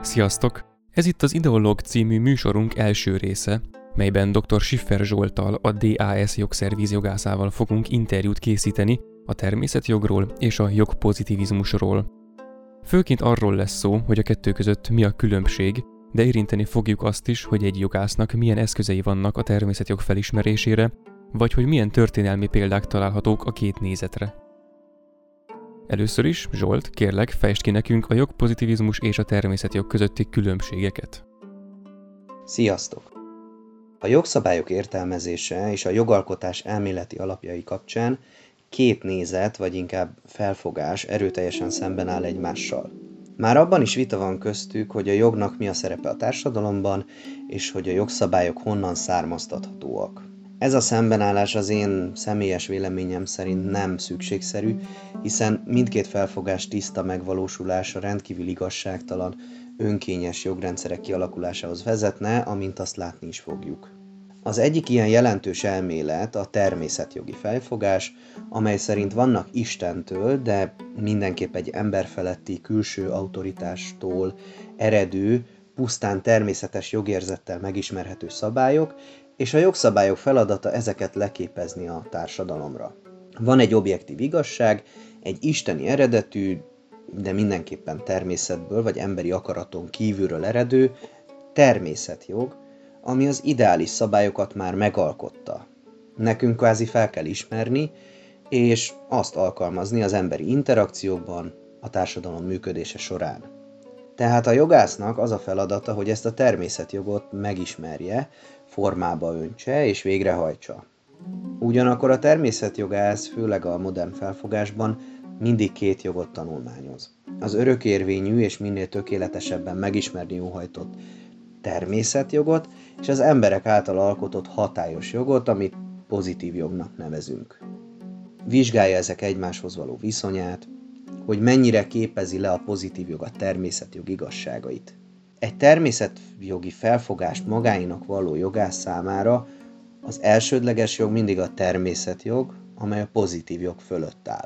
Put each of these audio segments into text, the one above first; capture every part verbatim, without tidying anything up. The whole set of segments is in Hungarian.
Sziasztok! Ez itt az Ideológ című műsorunk első része, melyben doktor Schiffer Zsolttal, a dé á es jogszervíz jogászával fogunk interjút készíteni a természetjogról és a jogpozitivizmusról. Főként arról lesz szó, hogy a kettő között mi a különbség, de érinteni fogjuk azt is, hogy egy jogásznak milyen eszközei vannak a természetjog felismerésére, vagy hogy milyen történelmi példák találhatók a két nézetre. Először is, Zsolt, kérlek, fejtsd ki nekünk a jogpozitivizmus és a természetjog közötti különbségeket. Sziasztok! A jogszabályok értelmezése és a jogalkotás elméleti alapjai kapcsán két nézet, vagy inkább felfogás erőteljesen szemben áll egymással. Már abban is vita van köztük, hogy a jognak mi a szerepe a társadalomban, és hogy a jogszabályok honnan származtathatóak. Ez a szembenállás az én személyes véleményem szerint nem szükségszerű, hiszen mindkét felfogás tiszta megvalósulása rendkívül igazságtalan, önkényes jogrendszerek kialakulásához vezetne, amint azt látni is fogjuk. Az egyik ilyen jelentős elmélet a természetjogi felfogás, amely szerint vannak Istentől, de mindenképp egy emberfeletti külső autoritástól eredő, pusztán természetes jogérzettel megismerhető szabályok, és a jogszabályok feladata ezeket leképezni a társadalomra. Van egy objektív igazság, egy isteni eredetű, de mindenképpen természetből vagy emberi akaraton kívülről eredő természetjog, ami az ideális szabályokat már megalkotta. Nekünk kvázi fel kell ismerni, és azt alkalmazni az emberi interakciókban, a társadalom működése során. Tehát a jogásznak az a feladata, hogy ezt a természetjogot megismerje, formába öntse és végrehajtsa. Ugyanakkor a természetjogász, főleg a modern felfogásban, mindig két jogot tanulmányoz. Az örökérvényű és minél tökéletesebben megismerni óhajtott természetjogot, és az emberek által alkotott hatályos jogot, amit pozitív jognak nevezünk. Vizsgálja ezek egymáshoz való viszonyát, hogy mennyire képezi le a pozitív jog a természetjog igazságait. Egy természetjogi felfogást magáinak való jogász számára az elsődleges jog mindig a természetjog, amely a pozitív jog fölött áll.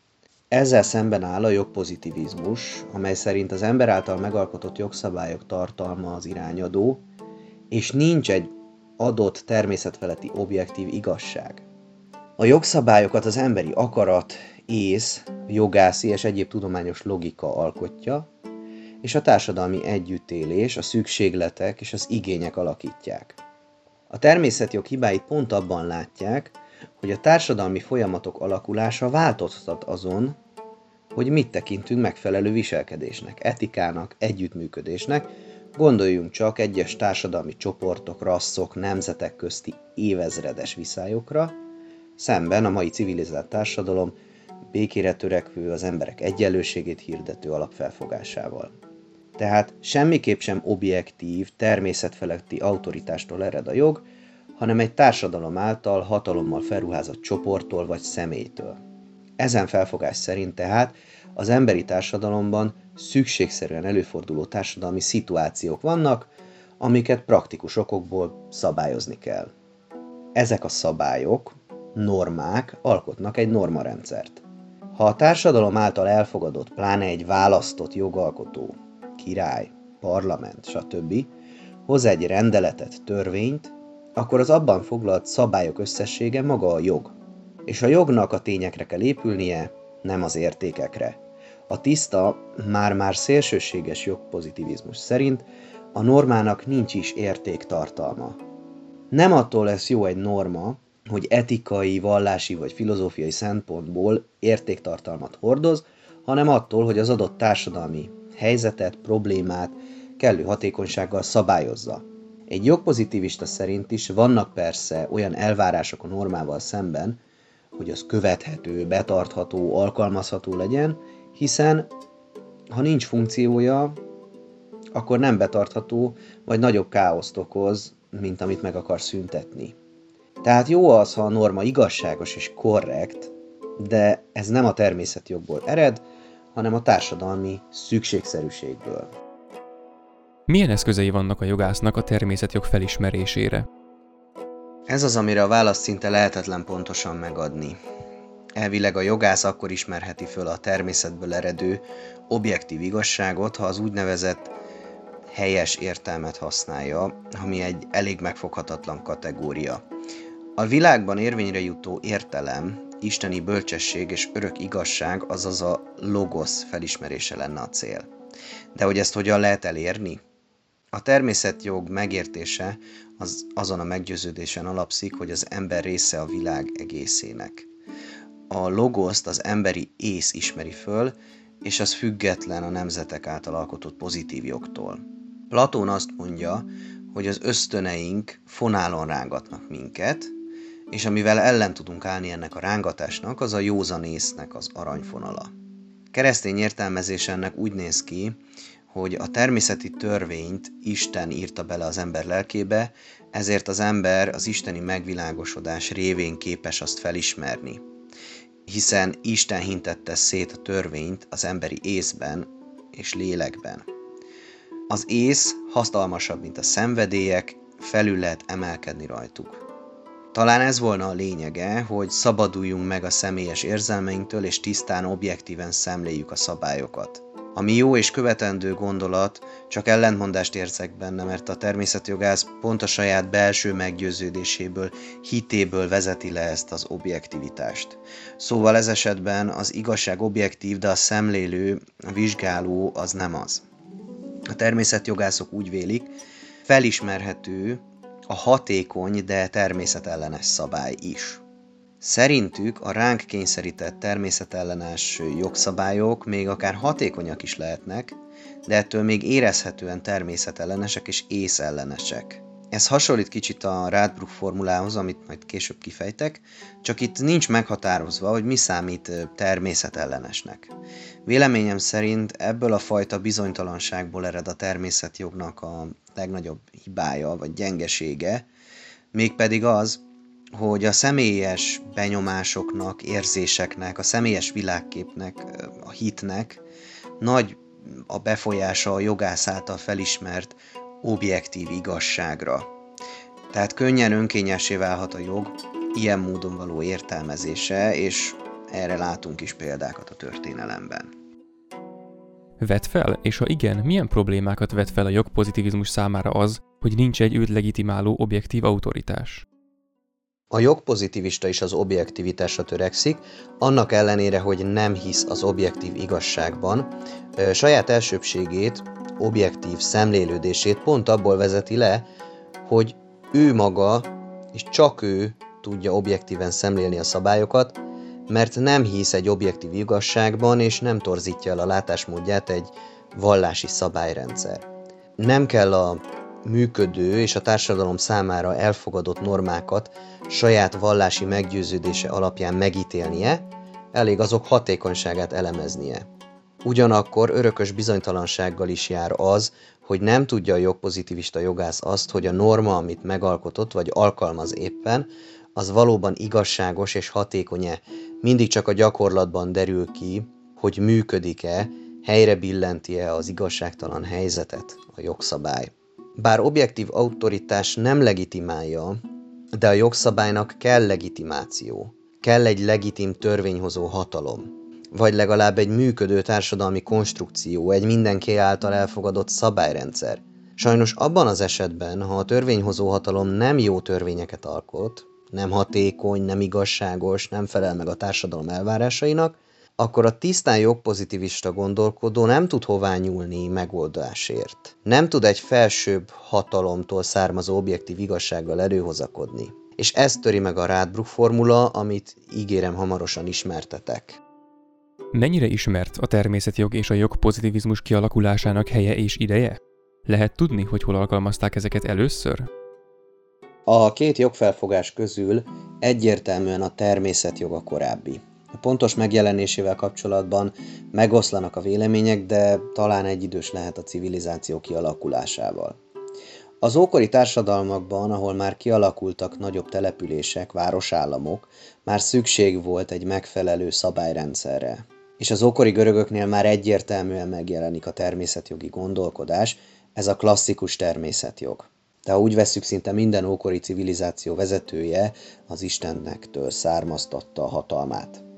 Ezzel szemben áll a jogpozitivizmus, amely szerint az ember által megalkotott jogszabályok tartalma az irányadó, és nincs egy adott természetfeletti objektív igazság. A jogszabályokat az emberi akarat, ész, jogászi és egyéb tudományos logika alkotja, és a társadalmi együttélés, a szükségletek és az igények alakítják. A természetjog hibáit pont abban látják, hogy a társadalmi folyamatok alakulása változtat azon, hogy mit tekintünk megfelelő viselkedésnek, etikának, együttműködésnek. Gondoljunk csak egyes társadalmi csoportok, rasszok, nemzetek közti évezredes viszályokra, szemben a mai civilizált társadalom békére törekvő, az emberek egyenlőségét hirdető alapfelfogásával. Tehát semmiképp sem objektív, természetfeletti autoritástól ered a jog, hanem egy társadalom által hatalommal felruházott csoporttól vagy személytől. Ezen felfogás szerint tehát az emberi társadalomban szükségszerűen előforduló társadalmi szituációk vannak, amiket praktikus okokból szabályozni kell. Ezek a szabályok, normák alkotnak egy normarendszert. Ha a társadalom által elfogadott, pláne egy választott jogalkotó, király, parlament, stb. Hoz egy rendeletet, törvényt, akkor az abban foglalt szabályok összessége maga a jog. És a jognak a tényekre kell épülnie, nem az értékekre. A tiszta, már-már szélsőséges jogpozitivizmus szerint a normának nincs is értéktartalma. Nem attól lesz jó egy norma, hogy etikai, vallási vagy filozófiai szempontból értéktartalmat hordoz, hanem attól, hogy az adott társadalmi helyzetet, problémát kellő hatékonysággal szabályozza. Egy jogpozitivista szerint is vannak persze olyan elvárások a normával szemben, hogy az követhető, betartható, alkalmazható legyen, hiszen ha nincs funkciója, akkor nem betartható, vagy nagyobb káoszt okoz, mint amit meg akar szüntetni. Tehát jó az, ha a norma igazságos és korrekt, de ez nem a természetjogból ered, hanem a társadalmi szükségszerűségből. Milyen eszközei vannak a jogásznak a természetjog felismerésére? Ez az, amire a választ szinte lehetetlen pontosan megadni. Elvileg a jogász akkor ismerheti föl a természetből eredő objektív igazságot, ha az úgynevezett helyes értelmet használja, ami egy elég megfoghatatlan kategória. A világban érvényre jutó értelem, isteni bölcsesség és örök igazság, azaz a logosz felismerése lenne a cél. De hogy ezt hogyan lehet elérni? A természetjog megértése az azon a meggyőződésen alapszik, hogy az ember része a világ egészének. A logoszt az emberi ész ismeri föl, és az független a nemzetek által alkotott pozitív jogtól. Platón azt mondja, hogy az ösztöneink fonálon rángatnak minket, és amivel ellen tudunk állni ennek a rángatásnak, az a józan észnek az aranyfonala. Keresztény értelmezés ennek úgy néz ki, hogy a természeti törvényt Isten írta bele az ember lelkébe, ezért az ember az isteni megvilágosodás révén képes azt felismerni. Hiszen Isten hintette szét a törvényt az emberi észben és lélekben. Az ész hatalmasabb, mint a szenvedélyek, felül lehet emelkedni rajtuk. Talán ez volna a lényege, hogy szabaduljunk meg a személyes érzelmeinktől, és tisztán, objektíven szemléljük a szabályokat. Ami jó és követendő gondolat, csak ellentmondást érzek benne, mert a természetjogász pont a saját belső meggyőződéséből, hitéből vezeti le ezt az objektivitást. Szóval ez esetben az igazság objektív, de a szemlélő, a vizsgáló az nem az. A természetjogászok úgy vélik, felismerhető a hatékony, de természetellenes szabály is. Szerintük a ránk kényszerített természetellenes jogszabályok még akár hatékonyak is lehetnek, de ettől még érezhetően természetellenesek és észellenesek. Ez hasonlít kicsit a Radbruch formulához, amit majd később kifejtek, csak itt nincs meghatározva, hogy mi számít természetellenesnek. Véleményem szerint ebből a fajta bizonytalanságból ered a természetjognak a legnagyobb hibája vagy gyengesége, mégpedig az, hogy a személyes benyomásoknak, érzéseknek, a személyes világképnek, a hitnek nagy a befolyása a jogász által felismert objektív igazságra. Tehát könnyen önkényessé válhat a jog ilyen módon való értelmezése, és erre látunk is példákat a történelemben. Vet fel, és ha igen, milyen problémákat vet fel a jogpozitivizmus számára az, hogy nincs egy őt legitimáló objektív autoritás? A jogpozitivista is az objektivitásra törekszik, annak ellenére, hogy nem hisz az objektív igazságban, saját elsőbbségét, objektív szemlélődését pont abból vezeti le, hogy ő maga, és csak ő tudja objektíven szemlélni a szabályokat, mert nem hisz egy objektív igazságban, és nem torzítja el a látásmódját egy vallási szabályrendszer. Nem kell a működő és a társadalom számára elfogadott normákat saját vallási meggyőződése alapján megítélnie, elég azok hatékonyságát elemeznie. Ugyanakkor örökös bizonytalansággal is jár az, hogy nem tudja a jogpozitivista jogász azt, hogy a norma, amit megalkotott vagy alkalmaz éppen, az valóban igazságos és hatékony-e. Mindig csak a gyakorlatban derül ki, hogy működik-e, helyre billenti-e az igazságtalan helyzetet a jogszabály. Bár objektív autoritás nem legitimálja, de a jogszabálynak kell legitimáció. Kell egy legitim törvényhozó hatalom, vagy legalább egy működő társadalmi konstrukció, egy mindenki által elfogadott szabályrendszer. Sajnos abban az esetben, ha a törvényhozó hatalom nem jó törvényeket alkot, nem hatékony, nem igazságos, nem felel meg a társadalom elvárásainak, akkor a tisztán jogpozitivista gondolkodó nem tud hová nyúlni megoldásért. Nem tud egy felsőbb hatalomtól származó objektív igazsággal előhozakodni. És ez töri meg a Radbruch formula, amit ígérem hamarosan ismertetek. Mennyire ismert a természetjog és a jogpozitivizmus kialakulásának helye és ideje? Lehet tudni, hogy hol alkalmazták ezeket először? A két jogfelfogás közül egyértelműen a természetjog a korábbi. A pontos megjelenésével kapcsolatban megoszlanak a vélemények, de talán egyidős lehet a civilizáció kialakulásával. Az ókori társadalmakban, ahol már kialakultak nagyobb települések, városállamok, már szükség volt egy megfelelő szabályrendszerre. És az ókori görögöknél már egyértelműen megjelenik a természetjogi gondolkodás, ez a klasszikus természetjog. De ha úgy vesszük, szinte minden ókori civilizáció vezetője az Istennektől származtatta a hatalmát.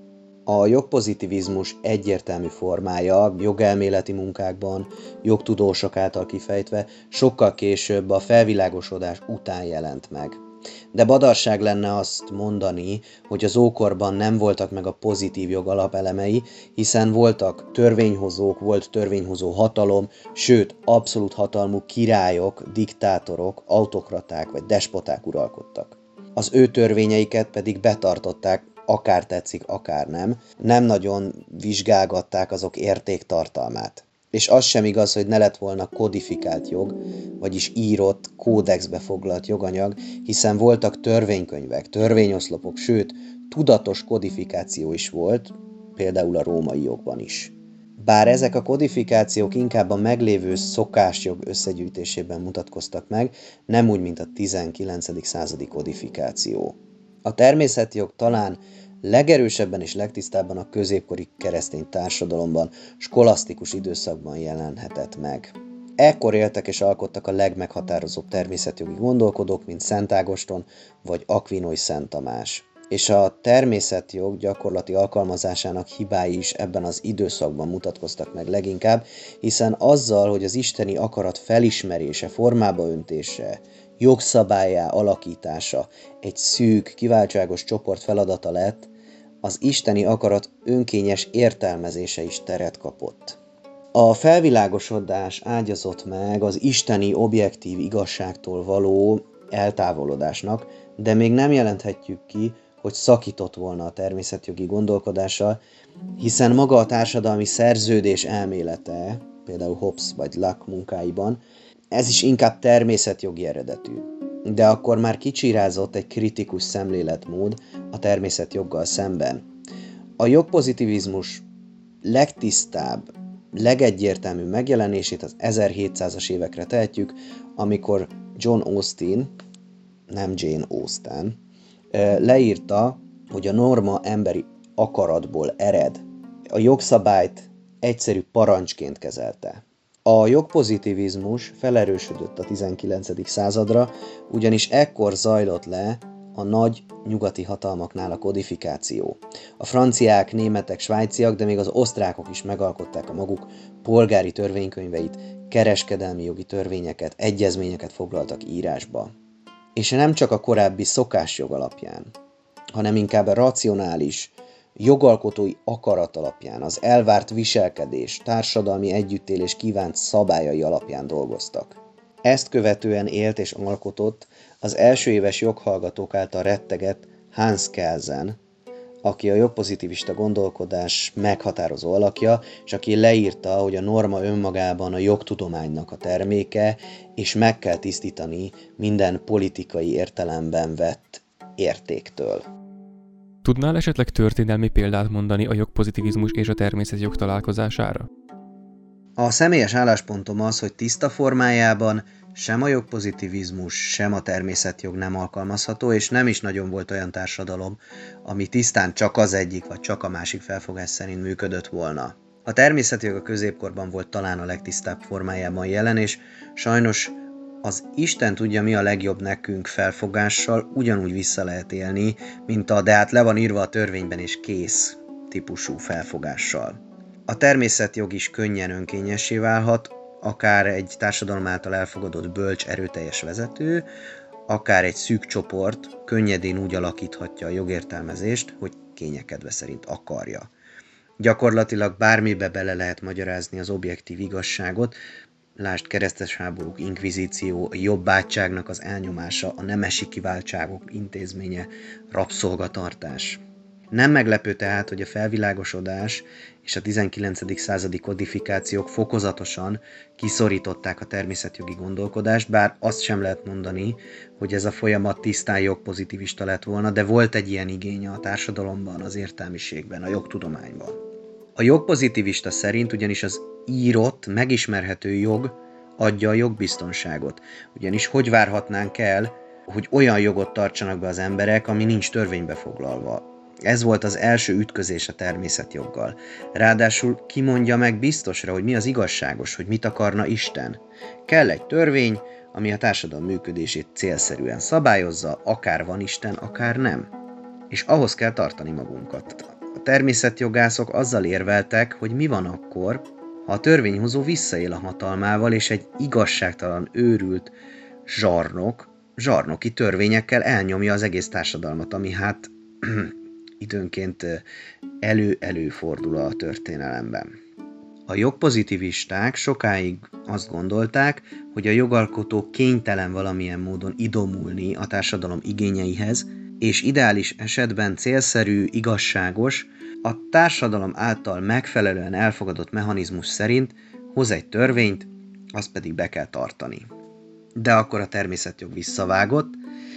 A jogpozitivizmus egyértelmű formája jogelméleti munkákban, jogtudósok által kifejtve sokkal később a felvilágosodás után jelent meg. De badarság lenne azt mondani, hogy az ókorban nem voltak meg a pozitív jog alapelemei, hiszen voltak törvényhozók, volt törvényhozó hatalom, sőt, abszolút hatalmú királyok, diktátorok, autokraták vagy despoták uralkodtak. Az ő törvényeiket pedig betartották, akár tetszik, akár nem, nem nagyon vizsgálgatták azok értéktartalmát. És az sem igaz, hogy ne lett volna kodifikált jog, vagyis írott, kódexbe foglalt joganyag, hiszen voltak törvénykönyvek, törvényoszlopok, sőt, tudatos kodifikáció is volt, például a római jogban is. Bár ezek a kodifikációk inkább a meglévő szokásjog összegyűjtésében mutatkoztak meg, nem úgy, mint a tizenkilencedik századi kodifikáció. A természetjog talán legerősebben és legtisztábban a középkori keresztény társadalomban, skolasztikus időszakban jelenhetett meg. Ekkor éltek és alkottak a legmeghatározóbb természetjogi gondolkodók, mint Szent Ágoston vagy Akvinói Szent Tamás. És a természetjog gyakorlati alkalmazásának hibái is ebben az időszakban mutatkoztak meg leginkább, hiszen azzal, hogy az isteni akarat felismerése, formába öntése, jogszabályá alakítása egy szűk, kiváltságos csoport feladata lett, az isteni akarat önkényes értelmezése is teret kapott. A felvilágosodás ágyazott meg az isteni objektív igazságtól való eltávolodásnak, de még nem jelenthetjük ki, hogy szakított volna a természetjogi gondolkodással, hiszen maga a társadalmi szerződés elmélete, például Hobbes vagy Locke munkáiban, ez is inkább természetjogi eredetű. De akkor már kicsirázott egy kritikus szemléletmód a természetjoggal szemben. A jogpozitivizmus legtisztább, legegyértelműbb megjelenését az ezerhétszázas évekre tehetjük, amikor John Austin, nem Jane Austen, leírta, hogy a norma emberi akaratból ered. A jogszabályt egyszerű parancsként kezelte. A jogpozitivizmus felerősödött a tizenkilencedik századra, ugyanis ekkor zajlott le a nagy nyugati hatalmaknál a kodifikáció. A franciák, németek, svájciak, de még az osztrákok is megalkották a maguk polgári törvénykönyveit, kereskedelmi jogi törvényeket, egyezményeket foglaltak írásba. És nem csak a korábbi szokásjog alapján, hanem inkább a racionális, jogalkotói akarat alapján, az elvárt viselkedés, társadalmi együttélés kívánt szabályai alapján dolgoztak. Ezt követően élt és alkotott az első éves joghallgatók által rettegett Hans Kelsen, aki a jogpozitivista gondolkodás meghatározó alakja, és aki leírta, hogy a norma önmagában a jogtudománynak a terméke, és meg kell tisztítani minden politikai értelemben vett értéktől. Tudnál esetleg történelmi példát mondani a jogpozitivizmus és a természetjog találkozására? A személyes álláspontom az, hogy tiszta formájában sem a jogpozitivizmus, sem a természetjog nem alkalmazható, és nem is nagyon volt olyan társadalom, ami tisztán csak az egyik vagy csak a másik felfogás szerint működött volna. A természetjog a középkorban volt talán a legtisztább formájában jelen, és sajnos az Isten tudja mi a legjobb nekünk felfogással ugyanúgy vissza lehet élni, mint a de hát le van írva a törvényben és kész típusú felfogással. A természetjog is könnyen önkényessé válhat, akár egy társadalom által elfogadott bölcs, erőteljes vezető, akár egy szűk csoport könnyedén úgy alakíthatja a jogértelmezést, hogy kényekedve szerint akarja. Gyakorlatilag bármibe bele lehet magyarázni az objektív igazságot, lásd keresztes háborúk, inkvizíció, jobbátságnak az elnyomása, a nemesi kiváltságok intézménye, rabszolgatartás. Nem meglepő tehát, hogy a felvilágosodás és a tizenkilencedik századi kodifikációk fokozatosan kiszorították a természetjogi gondolkodást, bár azt sem lehet mondani, hogy ez a folyamat tisztán jogpozitivista lett volna, de volt egy ilyen igénye a társadalomban, az értelmiségben, a jogtudományban. A jogpozitivista szerint ugyanis az írott, megismerhető jog adja a jogbiztonságot, ugyanis hogy várhatnánk el, hogy olyan jogot tartsanak be az emberek, ami nincs törvénybe foglalva. Ez volt az első ütközés a természetjoggal. Ráadásul ki mondja meg biztosra, hogy mi az igazságos, hogy mit akarna Isten. Kell egy törvény, ami a társadalom működését célszerűen szabályozza, akár van Isten, akár nem. És ahhoz kell tartani magunkat. A természetjogászok azzal érveltek, hogy mi van akkor, ha a törvényhozó visszaél a hatalmával, és egy igazságtalan, őrült zsarnok, zsarnoki törvényekkel elnyomja az egész társadalmat, ami hát időnként elő-előfordul a történelemben. A jogpozitivisták sokáig azt gondolták, hogy a jogalkotó kénytelen valamilyen módon idomulni a társadalom igényeihez, és ideális esetben célszerű, igazságos, a társadalom által megfelelően elfogadott mechanizmus szerint hoz egy törvényt, azt pedig be kell tartani. De akkor a természetjog visszavágott,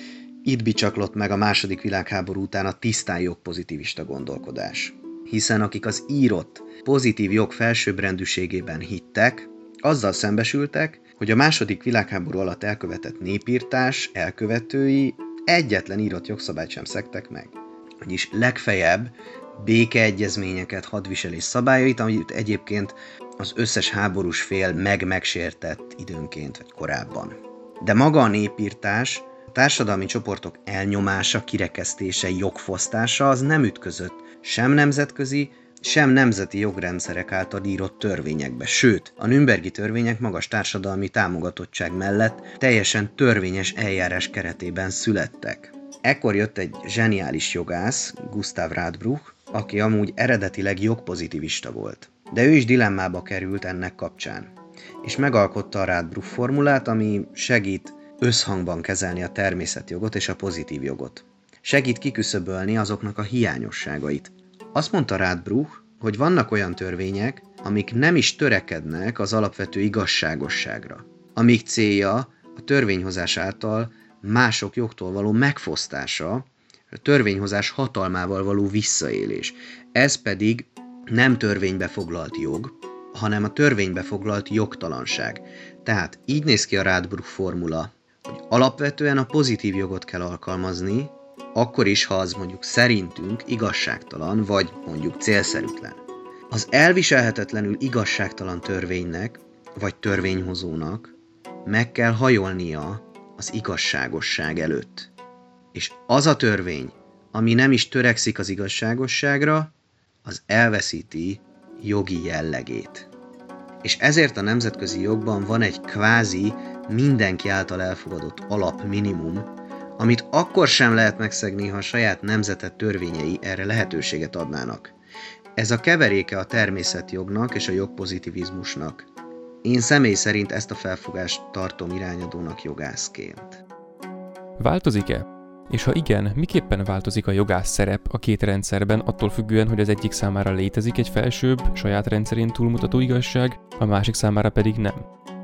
itt bicsaklott meg a második világháború után a tisztán jogpozitivista gondolkodás. Hiszen akik az írott, pozitív jog felsőbbrendűségében hittek, azzal szembesültek, hogy a második világháború alatt elkövetett népírtás elkövetői egyetlen írott jogszabályt sem szegtek meg. Vagyis legfeljebb békeegyezményeket, hadviselés szabályait, amit egyébként az összes háborús fél meg-megsértett időnként vagy korábban. De maga a népírtás, a társadalmi csoportok elnyomása, kirekesztése, jogfosztása az nem ütközött sem nemzetközi, sem nemzeti jogrendszerek által írott törvényekbe. Sőt, a nürnbergi törvények magas társadalmi támogatottság mellett teljesen törvényes eljárás keretében születtek. Ekkor jött egy zseniális jogász, Gustav Radbruch, aki amúgy eredetileg jogpozitivista volt. De ő is dilemmába került ennek kapcsán. És megalkotta a Radbruch formulát, ami segít összhangban kezelni a természetjogot és a pozitív jogot. Segít kiküszöbölni azoknak a hiányosságait. Azt mondta Radbruch, hogy vannak olyan törvények, amik nem is törekednek az alapvető igazságosságra, amik célja a törvényhozás által mások jogtól való megfosztása, a törvényhozás hatalmával való visszaélés. Ez pedig nem törvénybe foglalt jog, hanem a törvénybe foglalt jogtalanság. Tehát így néz ki a Radbruch formula, hogy alapvetően a pozitív jogot kell alkalmazni, akkor is, ha az mondjuk szerintünk igazságtalan, vagy mondjuk célszerűtlen. Az elviselhetetlenül igazságtalan törvénynek, vagy törvényhozónak meg kell hajolnia az igazságosság előtt. És az a törvény, ami nem is törekszik az igazságosságra, az elveszíti jogi jellegét. És ezért a nemzetközi jogban van egy kvázi mindenki által elfogadott alapminimum, amit akkor sem lehet megszegni, ha a saját nemzete törvényei erre lehetőséget adnának. Ez a keveréke a természetjognak és a jogpozitivizmusnak. Én személy szerint ezt a felfogást tartom irányadónak jogászként. Változik-e? És ha igen, miképpen változik a jogász szerep a két rendszerben, attól függően, hogy az egyik számára létezik egy felsőbb, saját rendszerén túlmutató igazság, a másik számára pedig nem?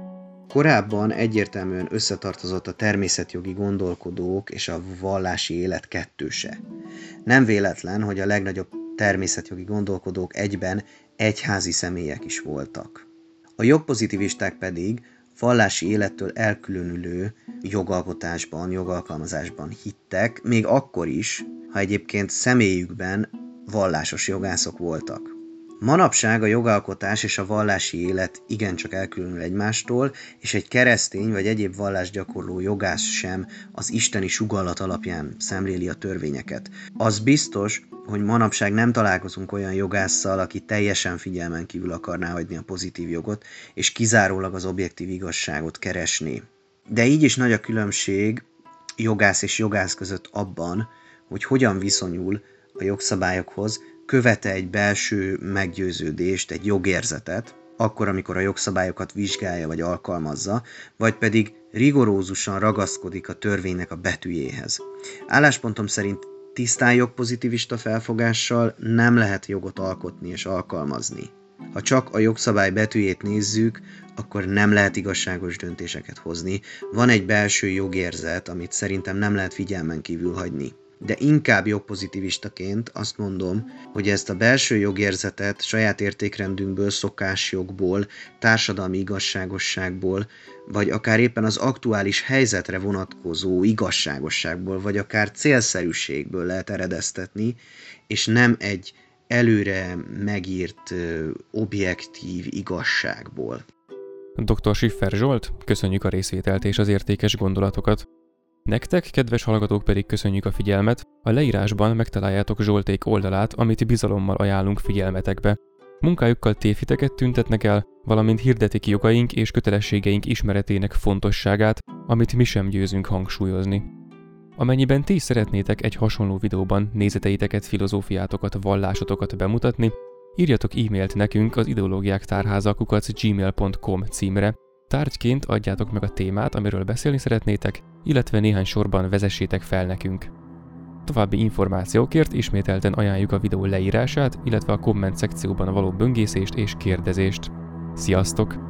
Korábban egyértelműen összetartozott a természetjogi gondolkodók és a vallási élet kettőse. Nem véletlen, hogy a legnagyobb természetjogi gondolkodók egyben egyházi személyek is voltak. A jogpozitivisták pedig vallási élettől elkülönülő jogalkotásban, jogalkalmazásban hittek, még akkor is, ha egyébként személyükben vallásos jogászok voltak. Manapság a jogalkotás és a vallási élet igencsak elkülönül egymástól, és egy keresztény vagy egyéb vallásgyakorló jogász sem az isteni sugallata alapján szemléli a törvényeket. Az biztos, hogy manapság nem találkozunk olyan jogásszal, aki teljesen figyelmen kívül akarná hagyni a pozitív jogot, és kizárólag az objektív igazságot keresné. De így is nagy a különbség jogász és jogász között abban, hogy hogyan viszonyul a jogszabályokhoz, követe egy belső meggyőződést, egy jogérzetet, akkor, amikor a jogszabályokat vizsgálja vagy alkalmazza, vagy pedig rigorózusan ragaszkodik a törvénynek a betűjéhez. Álláspontom szerint tisztán jogpozitivista felfogással nem lehet jogot alkotni és alkalmazni. Ha csak a jogszabály betűjét nézzük, akkor nem lehet igazságos döntéseket hozni. Van egy belső jogérzet, amit szerintem nem lehet figyelmen kívül hagyni. De inkább jogpozitivistaként azt mondom, hogy ezt a belső jogérzetet saját értékrendünkből, szokásjogból, társadalmi igazságosságból, vagy akár éppen az aktuális helyzetre vonatkozó igazságosságból, vagy akár célszerűségből lehet eredeztetni, és nem egy előre megírt objektív igazságból. doktor Schiffer Zsolt, köszönjük a részvételt és az értékes gondolatokat. Nektek, kedves hallgatók pedig köszönjük a figyelmet, a leírásban megtaláljátok Zsolték oldalát, amit bizalommal ajánlunk figyelmetekbe. Munkájukkal tévhiteket tüntetnek el, valamint hirdetik jogaink és kötelességeink ismeretének fontosságát, amit mi sem győzünk hangsúlyozni. Amennyiben ti is szeretnétek egy hasonló videóban nézeteiteket, filozófiátokat, vallásotokat bemutatni, írjatok e-mailt nekünk az ideológiák tárháza kukac gmail pont com címre. Tárgyként adjátok meg a témát, amiről beszélni szeretnétek, illetve néhány sorban vezessétek fel nekünk. További információkért ismételten ajánljuk a videó leírását, illetve a komment szekcióban való böngészést és kérdezést. Sziasztok!